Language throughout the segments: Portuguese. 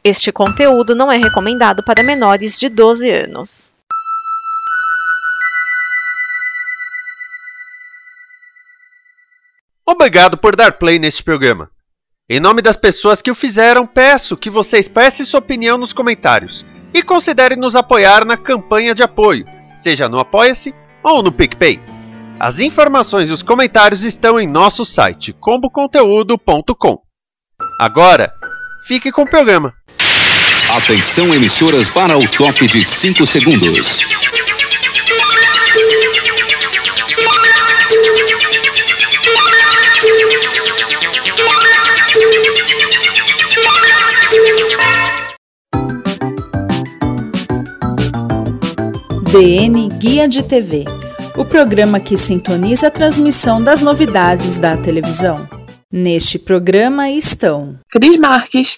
Este conteúdo não é recomendado para menores de 12 anos. Obrigado por dar play neste programa. Em nome das pessoas que o fizeram, peço que você expresse sua opinião nos comentários e considere nos apoiar na campanha de apoio, seja no Apoia-se ou no PicPay. As informações e os comentários estão em nosso site, comboconteúdo.com. Agora, fique com o programa. Atenção, emissoras, para o top de 5 segundos. DN Guia de TV, o programa que sintoniza a transmissão das novidades da televisão. Neste programa estão Cris Marques,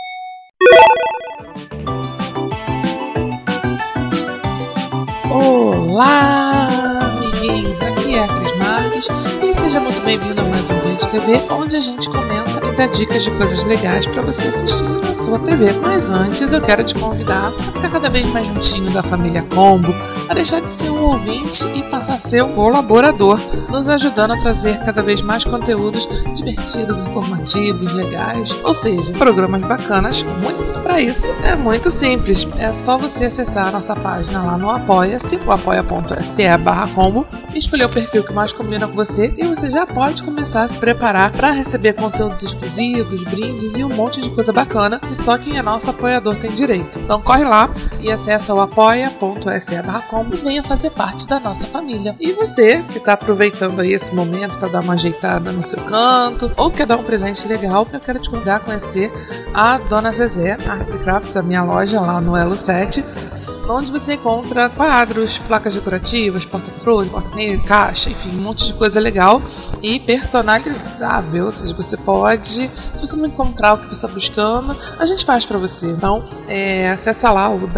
Olá, amiguinhos, aqui é a Cris Marques e seja muito bem-vindo a mais um Guia de TV, onde a gente comenta e dá dicas de coisas legais para você assistir na sua TV. Mas antes eu quero te convidar a ficar cada vez mais juntinho da família Combo, a deixar de ser um ouvinte e passar a ser um colaborador, nos ajudando a trazer cada vez mais conteúdos divertidos, informativos, legais, ou seja, programas bacanas. Muitos para isso é muito simples, é só você acessar a nossa página lá no Apoia-se, o apoia.se/combo, e escolher o perfil que mais combina com você e você já pode começar a se preparar para receber conteúdos exclusivos, brindes e um monte de coisa bacana que só quem é nosso apoiador tem direito. Então corre lá e acessa o apoia.se/combo e venha fazer parte da nossa família. E você que está aproveitando aí esse momento para dar uma ajeitada no seu canto ou quer dar um presente legal, eu quero te convidar a conhecer a Dona Zezé Arts & Crafts, a minha loja lá no Elo 7, onde você encontra quadros, placas decorativas, porta-controle, porta-meia, caixa, enfim, um monte de coisa legal e personalizável. Ou seja, você pode, se você não encontrar o que você está buscando, a gente faz para você. Então, acessa lá o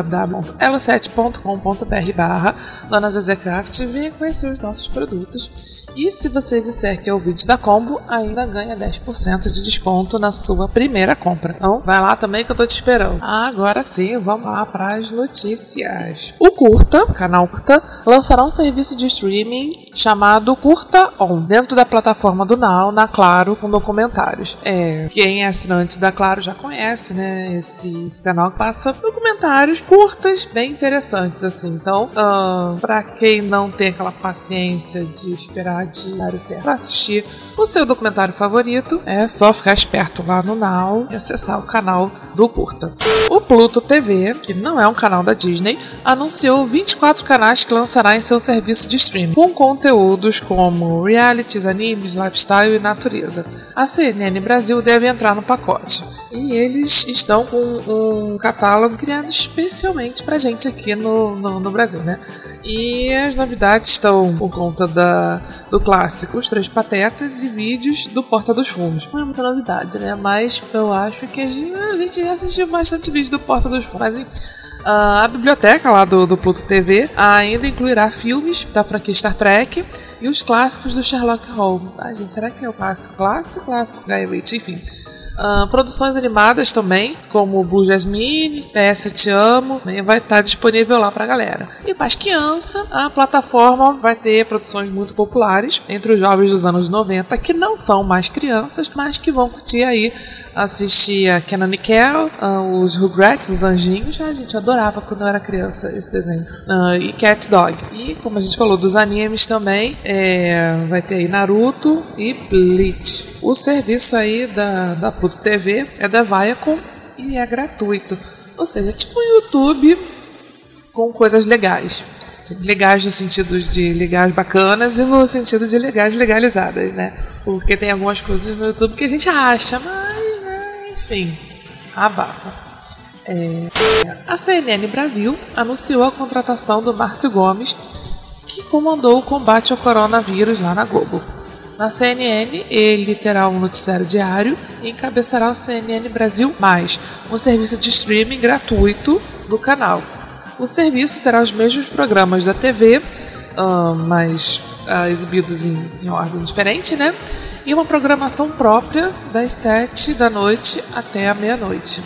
www.elo7.com.br/Dona Zezé Craft e venha conhecer os nossos produtos. E se você disser que é o vídeo da Combo, ainda ganha 10% de desconto na sua primeira compra. Então, vai lá também que eu tô te esperando. Agora sim, vamos lá para as notícias. O canal Curta, lançará um serviço de streaming chamado Curta On, dentro da plataforma do Now, na Claro, com documentários. Quem é assinante da Claro já conhece, né, esse canal que passa documentários curtas, bem interessantes, assim. Então, para quem não tem aquela paciência de esperar de horário certo para assistir o seu documentário favorito, é só ficar esperto lá no Now e acessar o canal do Curta. O Pluto TV, que não é um canal da Disney, anunciou 24 canais que lançará em seu serviço de streaming, com conteúdos como realities, animes, lifestyle e natureza. A CNN Brasil deve entrar no pacote. E eles estão com um catálogo criado especialmente pra gente aqui no Brasil, né? E as novidades estão por conta do clássico Os Três Patetas e vídeos do Porta dos Fundos. Não é muita novidade, né? Mas eu acho que a gente já assistiu bastante vídeo do Porta dos Fundos. Mas a biblioteca lá do Pluto TV ainda incluirá filmes da franquia Star Trek e os clássicos do Sherlock Holmes. Gente, será que é o clássico? Clássico, Guy Ritchie, enfim. Produções animadas também, como Blue Jasmine, PS Eu Te Amo, vai estar disponível lá pra galera. E para as crianças, a plataforma vai ter produções muito populares entre os jovens dos anos 90, que não são mais crianças, mas que vão curtir aí, assistir a Kenan e Kel, os Rugrats, os Anjinhos. Gente, eu adorava quando eu era criança esse desenho. E Cat Dog. E, como a gente falou, dos animes também, vai ter aí Naruto e Bleach. O serviço aí da Pluto TV é da Viacom e é gratuito. Ou seja, tipo um YouTube com coisas legais. Legais no sentido de legais bacanas e no sentido de legais legalizadas, né? Porque tem algumas coisas no YouTube que a gente acha, mas, né, enfim, abafa. A CNN Brasil anunciou a contratação do Márcio Gomes, que comandou o combate ao coronavírus lá na Globo. Na CNN, ele terá um noticiário diário e encabeçará o CNN Brasil+, um serviço de streaming gratuito do canal. O serviço terá os mesmos programas da TV, mas exibidos em ordem diferente, né? E uma programação própria das 7 da noite até a meia-noite.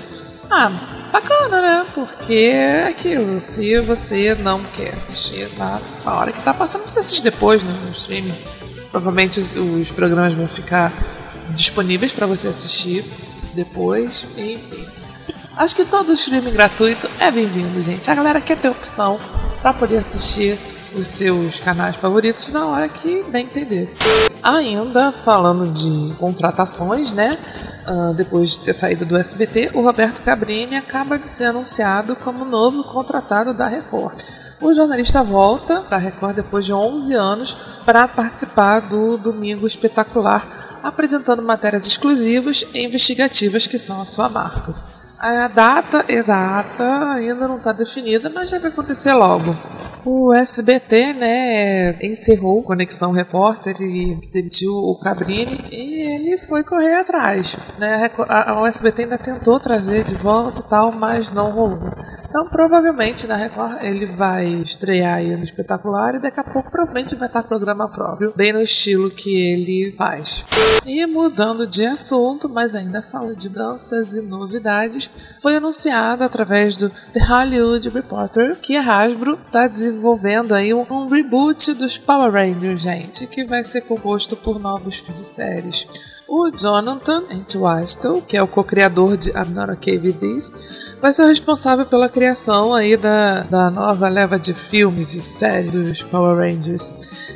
Bacana, né? Porque é aquilo, se você não quer assistir na hora que tá passando, você assiste depois no streaming. Provavelmente os programas vão ficar disponíveis para você assistir depois, enfim. Acho que todo streaming gratuito é bem-vindo, gente. A galera quer ter opção para poder assistir os seus canais favoritos na hora que bem entender. Ainda falando de contratações, né? Depois de ter saído do SBT, o Roberto Cabrini acaba de ser anunciado como novo contratado da Record. O jornalista volta para a Record depois de 11 anos para participar do Domingo Espetacular, apresentando matérias exclusivas e investigativas que são a sua marca. A data exata ainda não está definida, mas deve acontecer logo. O SBT, né, encerrou Conexão Repórter e demitiu o Cabrini e ele foi correr atrás, né? O SBT ainda tentou trazer de volta e tal, mas não rolou. Então, provavelmente na Record ele vai estrear aí no Espetacular e daqui a pouco provavelmente vai estar programa próprio, bem no estilo que ele faz. E mudando de assunto, mas ainda falando de danças e novidades, foi anunciado através do The Hollywood Reporter que a Hasbro está desenvolvendo aí um reboot dos Power Rangers, gente, que vai ser composto por novos filmes e séries. O Jonathan Entwistle, que é o co-criador de I'm Not Okay With This, vai ser o responsável pela criação aí da nova leva de filmes e séries dos Power Rangers.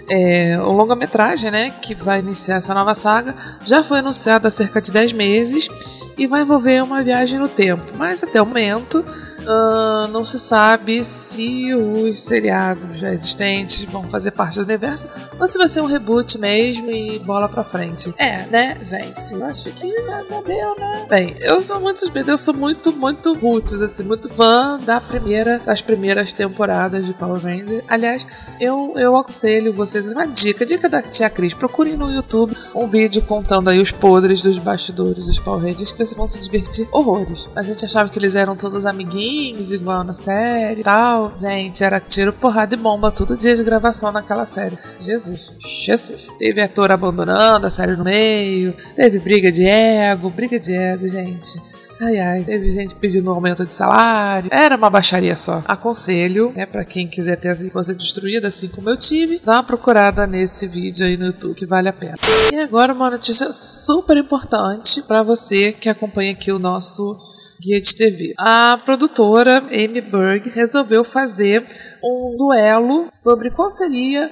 O longa-metragem, né, que vai iniciar essa nova saga, já foi anunciado há cerca de 10 meses e vai envolver uma viagem no tempo, mas até o momento não se sabe se os seriados já existentes vão fazer parte do universo ou se vai ser um reboot mesmo e bola pra frente. Né, gente? Eu acho que já deu, né? Bem, eu sou muito suspeita, eu sou muito roots, assim, muito fã das primeiras temporadas de Power Rangers. Aliás, eu aconselho vocês, uma dica da tia Cris, procurem no YouTube um vídeo contando aí os podres dos bastidores dos Power Rangers, que vocês vão se divertir horrores. A gente achava que eles eram todos amiguinhos, igual na série e tal. Gente, era tiro, porrada e bomba todo dia de gravação naquela série. Jesus. Teve ator abandonando a série no meio, teve briga de ego, gente. Teve gente pedindo um aumento de salário. Era uma baixaria só. Aconselho, né, pra quem quiser ter essa infância destruída, assim como eu tive, dá uma procurada nesse vídeo aí no YouTube, que vale a pena. E agora uma notícia super importante pra você que acompanha aqui o nosso Guia de TV. A produtora Amy Berg resolveu fazer um duelo sobre qual seria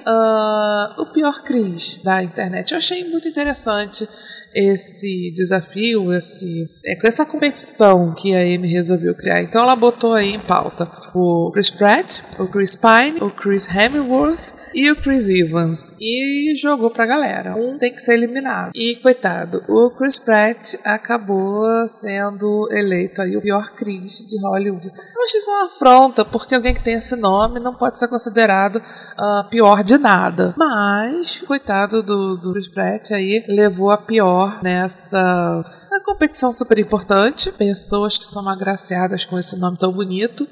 o pior Chris da internet. Eu achei muito interessante esse desafio, com essa competição que a Amy resolveu criar. Então ela botou aí em pauta o Chris Pratt, o Chris Pine, o Chris Hemsworth e o Chris Evans, e jogou pra galera. Um tem que ser eliminado. E, coitado, o Chris Pratt acabou sendo eleito aí o pior Chris de Hollywood. Eu achei isso uma afronta, porque alguém que tem esse nome não pode ser considerado pior de nada. Mas, coitado do Chris Pratt aí, levou a pior nessa competição super importante. Pessoas que são agraciadas com esse nome tão bonito.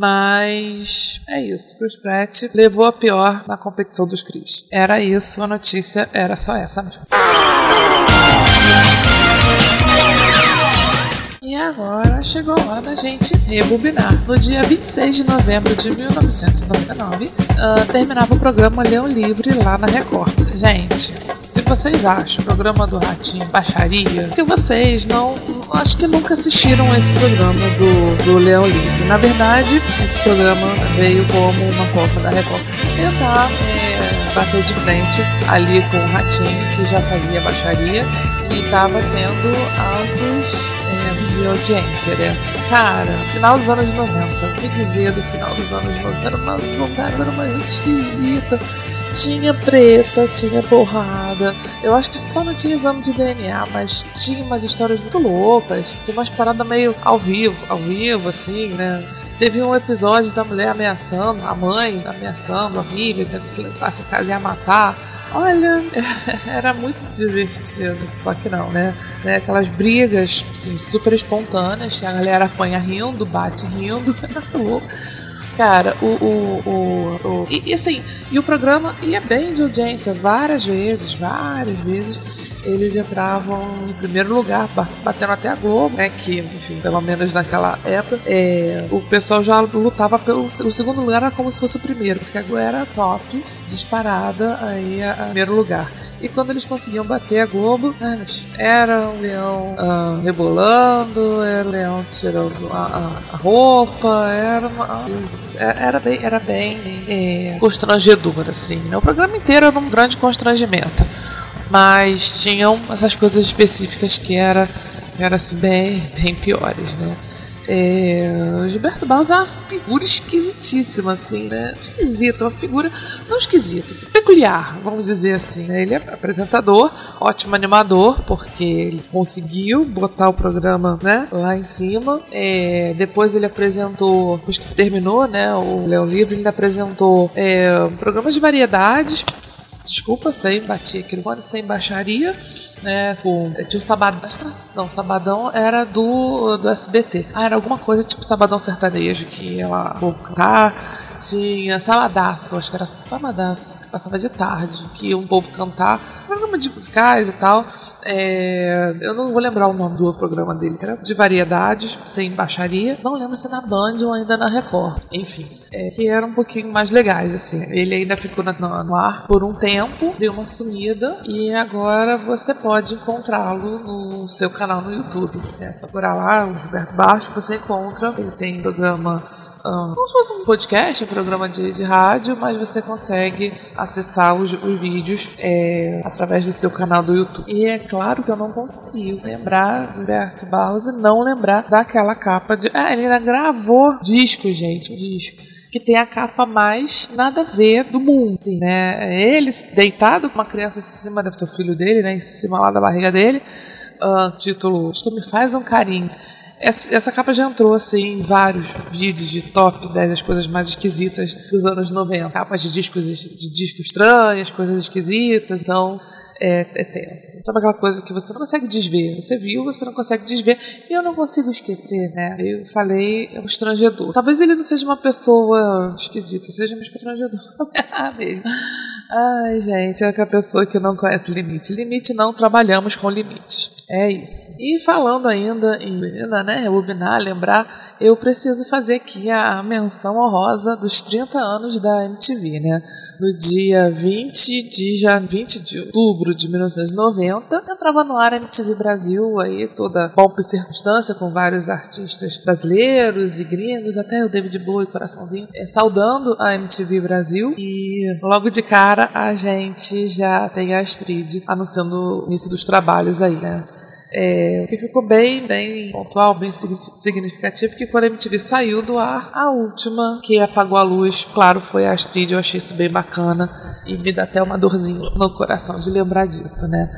Mas é isso. Chris Pratt levou a pior na competição dos Chris. Era isso, a notícia era só essa mesmo. E agora chegou a hora da gente rebobinar. No dia 26 de novembro de 1999, terminava o programa Leão Livre lá na Record. Gente, se vocês acham o programa do Ratinho baixaria, que vocês acho que nunca assistiram esse programa do Leão Livre. Na verdade, esse programa veio como uma forma da Record tentar bater de frente ali com o Ratinho, que já fazia baixaria e estava tendo altos de audiência, né? Cara, final dos anos 90, o que dizer do final dos anos 90? Era uma zongada, era uma gente esquisita, tinha treta, tinha porrada. Eu acho que só não tinha exame de DNA, mas tinha umas histórias muito loucas, tinha umas paradas meio ao vivo assim, né? Teve um episódio da mulher ameaçando, a mãe ameaçando a filha, tendo que se levantar em casa e ia matar. Olha, era muito divertido, só que não, né? Aquelas brigas assim, super espontâneas, que a galera apanha rindo, bate rindo, era muito louco. cara, e assim, e o programa ia bem de audiência várias vezes. Eles entravam em primeiro lugar, batendo até a Globo, né? Que, enfim, pelo menos naquela época, o pessoal já lutava o segundo lugar, era como se fosse o primeiro, porque a Globo era top, disparada aí a primeiro lugar. E quando eles conseguiam bater a Globo, era o leão rebolando, era o leão tirando a roupa, era bem constrangedor, assim, né? O programa inteiro era um grande constrangimento, mas tinham essas coisas específicas que era assim, bem piores, né? O Gilberto Barros é uma figura esquisitíssima, assim, né? Esquisita, uma figura não esquisita, assim, peculiar, vamos dizer assim, né? Ele é apresentador, ótimo animador, porque ele conseguiu botar o programa, né, lá em cima. Depois ele apresentou, depois que terminou, né, o Leão Livre, ele apresentou programas de variedades. Desculpa, bati aqui no fone, sem baixaria, né, tinha o Sabadão, Sabadão era do SBT, era alguma coisa tipo Sabadão Sertanejo, que ela cantar. Tinha Sabadaço, acho que era Sabadaço, que passava de tarde, que ia um povo cantar, programa de musicais e tal. Eu não vou lembrar o nome do outro programa dele, que era de variedades, sem baixaria. Não lembro se na Band ou ainda na Record. Enfim, que eram um pouquinho mais legais, assim. Ele ainda ficou no ar por um tempo, deu uma sumida, e agora você pode encontrá-lo no seu canal no YouTube. É só procurar lá, o Gilberto Barros, que você encontra. Ele tem programa como se fosse um podcast, um programa de rádio, mas você consegue acessar os vídeos através do seu canal do YouTube. E é claro que eu não consigo lembrar do Gilberto Barros e não lembrar daquela capa de... ele ainda gravou disco, gente, que tem a capa mais nada a ver do mundo, assim, né? Ele deitado com uma criança em cima, deve ser o filho dele, né? Em cima lá da barriga dele. Título, acho que Me Faz um Carinho. Essa capa já entrou assim em vários vídeos de top 10 das coisas mais esquisitas dos anos 90. Capas de discos estranhas, coisas esquisitas, então é tenso. Sabe aquela coisa que você não consegue desver? Você viu, você não consegue desver. E eu não consigo esquecer, né? Eu falei, é um constrangedor. Talvez ele não seja uma pessoa esquisita, seja um constrangedor. Mesmo. Ai, gente, é aquela pessoa que não conhece limite. Limite não, trabalhamos com limites. É isso. E falando ainda em rebobinar, lembrar, eu preciso fazer aqui a menção honrosa dos 30 anos da MTV, né? No dia 20 de outubro de 1990, entrava no ar a MTV Brasil, aí toda pompa e circunstância, com vários artistas brasileiros e gringos, até o David Bowie, coraçãozinho, saudando a MTV Brasil. E logo de cara a gente já tem a Astrid anunciando o início dos trabalhos aí, né? O que ficou bem pontual, bem significativo, que quando a MTV saiu do ar, a última que apagou a luz, claro, foi a Astrid. Eu achei isso bem bacana e me dá até uma dorzinha no coração de lembrar disso, né?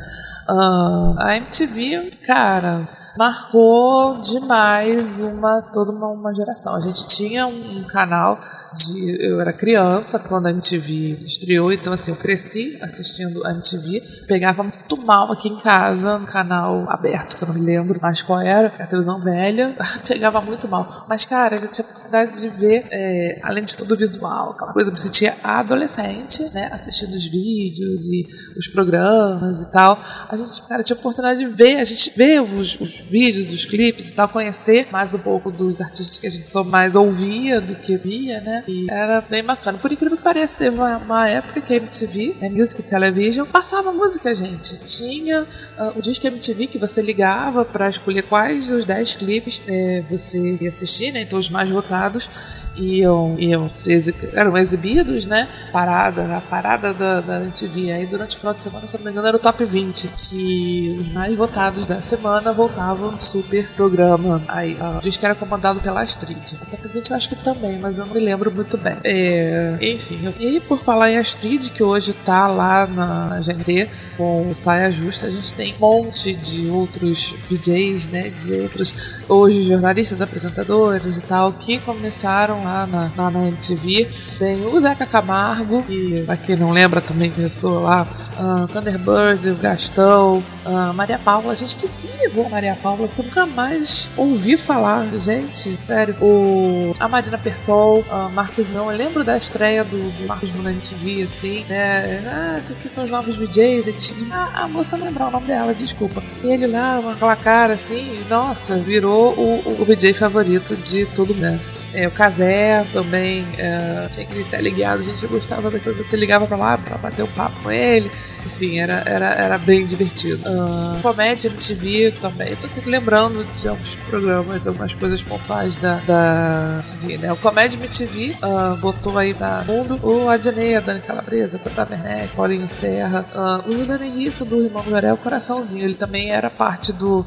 A MTV, cara, marcou demais toda uma geração. A gente tinha um canal eu era criança quando a MTV estreou, então assim, eu cresci assistindo a MTV, pegava muito mal aqui em casa, no canal aberto, que eu não me lembro mais qual era, a televisão velha, pegava muito mal. Mas, cara, a gente tinha a oportunidade de ver, além de todo o visual, aquela coisa, eu me sentia adolescente, né, assistindo os vídeos e os programas e tal. A gente, cara, tinha a oportunidade de ver, a gente vê os vídeos, os clipes e tal, conhecer mais um pouco dos artistas que a gente só mais ouvia do que via, né? E era bem bacana. Por incrível que pareça, teve uma época que a MTV, Music Television, passava música, gente. Tinha o disco MTV que você ligava para escolher quais os 10 clipes você ia assistir, né? Então os mais votados eram exibidos, né? A parada da MTV. Aí durante o final de semana, se não me engano, era o Top 20, que os mais votados da semana voltavam no super programa. Aí o disco era comandado pela Astrid. O Top 20 eu acho que também, mas eu não me lembro muito bem. Enfim, e aí, por falar em Astrid, que hoje tá lá na GNT com o Saia Justa, a gente tem um monte de outros DJs, né? De outros, hoje, jornalistas, apresentadores e tal, que começaram lá na MTV. Tem o Zeca Camargo, que pra quem não lembra também começou lá Thunderbird, o Gastão, Maria Paula. Gente, que fim levou a Maria Paula que eu nunca mais ouvi falar, gente, sério. A Marina Persol, Marcos Mion, eu lembro da estreia do Marcos Mion na MTV, assim, né? Esses aqui são os novos DJs, e tinha a moça não lembrar o nome dela, desculpa. E ele lá, com aquela cara assim, nossa, virou o DJ favorito de todo mundo. O Cazé também tinha aquele teleguiado, a gente gostava daquilo, você ligava pra lá pra bater um papo com ele. Enfim, era bem divertido. Comédia MTV também. Eu tô aqui lembrando de alguns programas, algumas coisas pontuais da MTV, né? O Comédia MTV botou aí na mundo o Adnei, a Dani Calabresa, Tata Werneck, Paulinho Serra, o Juliano Henrique, do Irmão Jorel, Coraçãozinho. Ele também era parte do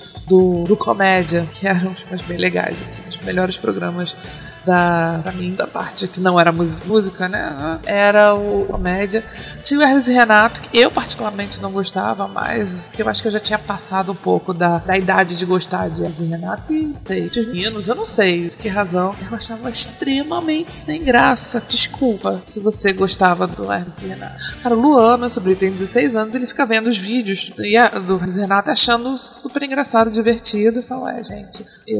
Comédia, que eram os bem legais, assim, os melhores programas pra mim, da parte que não era música, né? Era o Comédia. Tinha o Hermes e Renato, que eu particularmente não gostava, mas que eu acho que eu já tinha passado um pouco da idade de gostar de Hermes e Renato, e não sei, os meninos, eu não sei por que razão, eu achava extremamente sem graça. Desculpa se você gostava do Hermes e Renato. Cara, o Luan, meu sobrinho, tem 16 anos, ele fica vendo os vídeos do Hermes e Renato achando super engraçado, divertido, e fala, gente,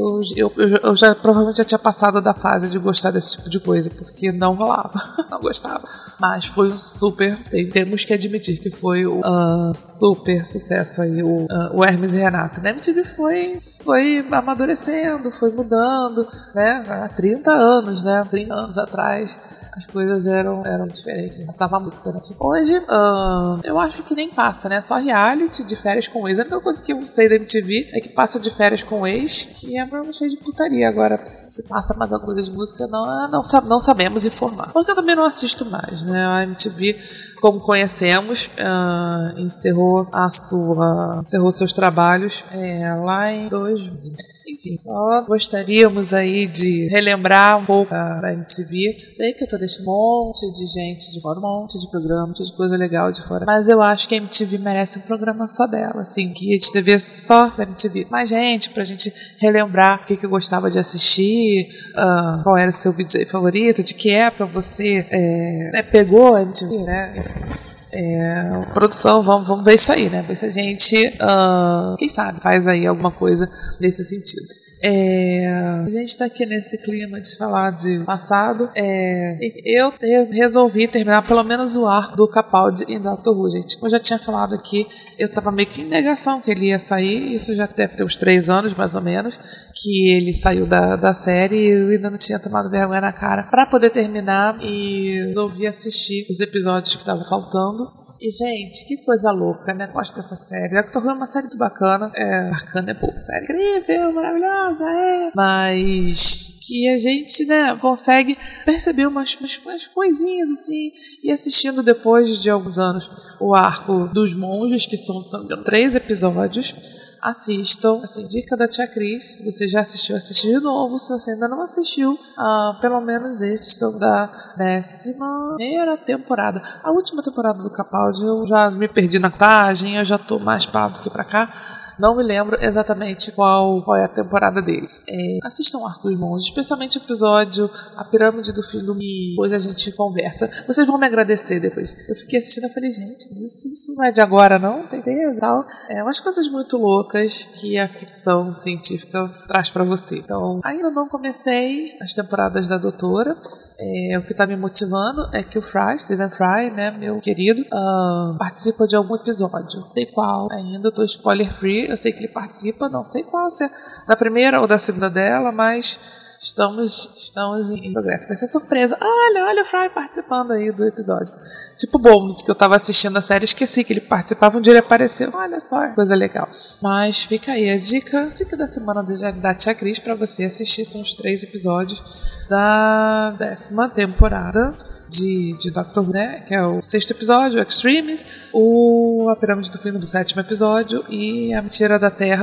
eu já provavelmente já tinha passado da fase de gostar desse tipo de coisa, porque não rolava, não gostava. Mas foi um super, temos que admitir que foi um super sucesso aí, o Hermes e Renato. Na MTV foi amadurecendo, foi mudando, né? Há 30 anos, né? 30 anos atrás as coisas eram diferentes. Passava a música, né? Hoje, eu acho que nem passa, né? Só reality de férias com ex. A única coisa que eu sei da MTV é que passa de férias com ex, que é cheio de putaria. Agora, se passa mais alguma coisa de música, não sabemos informar. Porque eu também não assisto mais, né? A MTV, como conhecemos, encerrou seus trabalhos lá em 2000. Enfim, só gostaríamos aí de relembrar um pouco da MTV. Sei que eu tô deixando um monte de gente de fora, um monte de programa, um monte de coisa legal de fora, mas eu acho que a MTV merece um programa só dela, assim, guia de TV só da MTV. Mais gente, pra gente relembrar o que eu gostava de assistir, qual era o seu vídeo favorito, de que época você pegou a MTV, né? Produção, vamos ver isso aí, né? Ver se a gente, quem sabe, faz aí alguma coisa nesse sentido. A gente tá aqui nesse clima de falar de passado. Eu resolvi terminar pelo menos o arco do Capaldi em Doctor Who, gente. Como eu já tinha falado aqui, eu tava meio que em negação que ele ia sair. Isso já deve ter uns 3 anos, mais ou menos, que ele saiu da série, e eu ainda não tinha tomado vergonha na cara pra poder terminar, e resolvi assistir os episódios que estavam faltando. E, gente, que coisa louca, né? Gosto dessa série. Doctor Who é uma série muito bacana. Bacana é pouco, série incrível, maravilhosa, mas que a gente, né, consegue perceber umas coisinhas assim, e assistindo depois de alguns anos o arco dos monges, que são 3 episódios. Assistam, assim, dica da Tia Cris. Se você já assistiu, assiste de novo. Se você ainda não assistiu, pelo menos esses são da 11ª temporada. A última temporada do Capaldi eu já me perdi na contagem, eu já tô mais pra lá do que pra cá. Não me lembro exatamente qual é a temporada dele. Assistam o Arco dos Monges, especialmente o episódio A Pirâmide do Fim do Mundo. Depois a gente conversa. Vocês vão me agradecer depois. Eu fiquei assistindo e falei, gente, isso não é de agora, não? Tem ideia? Umas coisas muito loucas que a ficção científica traz pra você. Então, ainda não comecei as temporadas da Doutora. O que tá me motivando é que o Stephen Fry, né, meu querido, participa de algum episódio. Não sei qual ainda, eu tô spoiler free. Eu sei que ele participa, não sei qual, se é da primeira ou da segunda dela, mas estamos em progresso. Vai ser surpresa. Olha o Fry participando aí do episódio. Tipo Bones, que eu tava assistindo a série, esqueci que ele participava, um dia ele apareceu. Olha só, coisa legal. Mas fica aí a dica da semana da Tia Cris pra você assistir. São os 3 episódios da 10ª temporada de Doctor Who, né? Que é o 6º episódio, o Extremes, A Pirâmide do Fim do 7º episódio e A Mentira da Terra,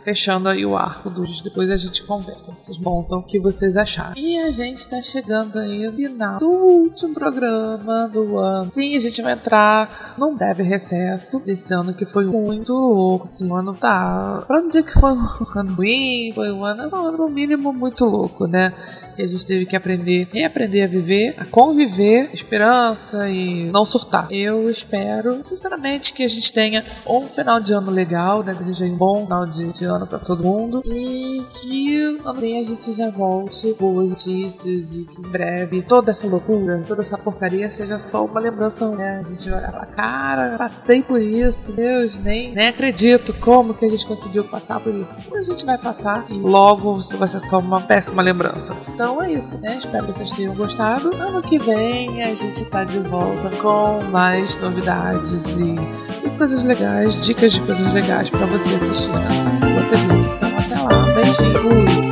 fechando aí o arco dos... Depois a gente conversa, vocês montam o que vocês acharam. E a gente tá chegando aí no final do último programa do ano. Sim, a gente vai entrar num breve recesso desse ano que foi muito louco. Esse ano tá... Pra não dizer que foi um ano ruim, foi um ano no mínimo muito louco, né? Que a gente teve que reaprender a viver, a conviver, esperança e não surtar. Eu espero, sinceramente, que a gente tenha um final de ano legal, né? Desejo um bom final de ano pra todo mundo e que ano que vem a gente já volte boas notícias e que em breve toda essa loucura, toda essa porcaria seja só uma lembrança, né? A gente vai olhar pra cara, passei por isso, Deus, nem acredito como que a gente conseguiu passar por isso. Então a gente vai passar e logo isso vai ser só uma péssima lembrança. Então é isso, né? Espero que vocês tenham gostado. Ano que vem a gente tá de volta com mais novidades e coisas legais, dicas de coisas legais pra você assistir na sua TV. Então até lá, beijinho!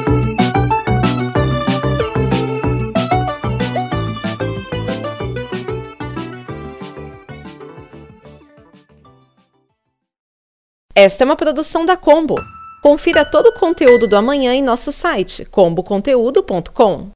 Esta é uma produção da Combo. Confira todo o conteúdo do amanhã em nosso site comboconteúdo.com.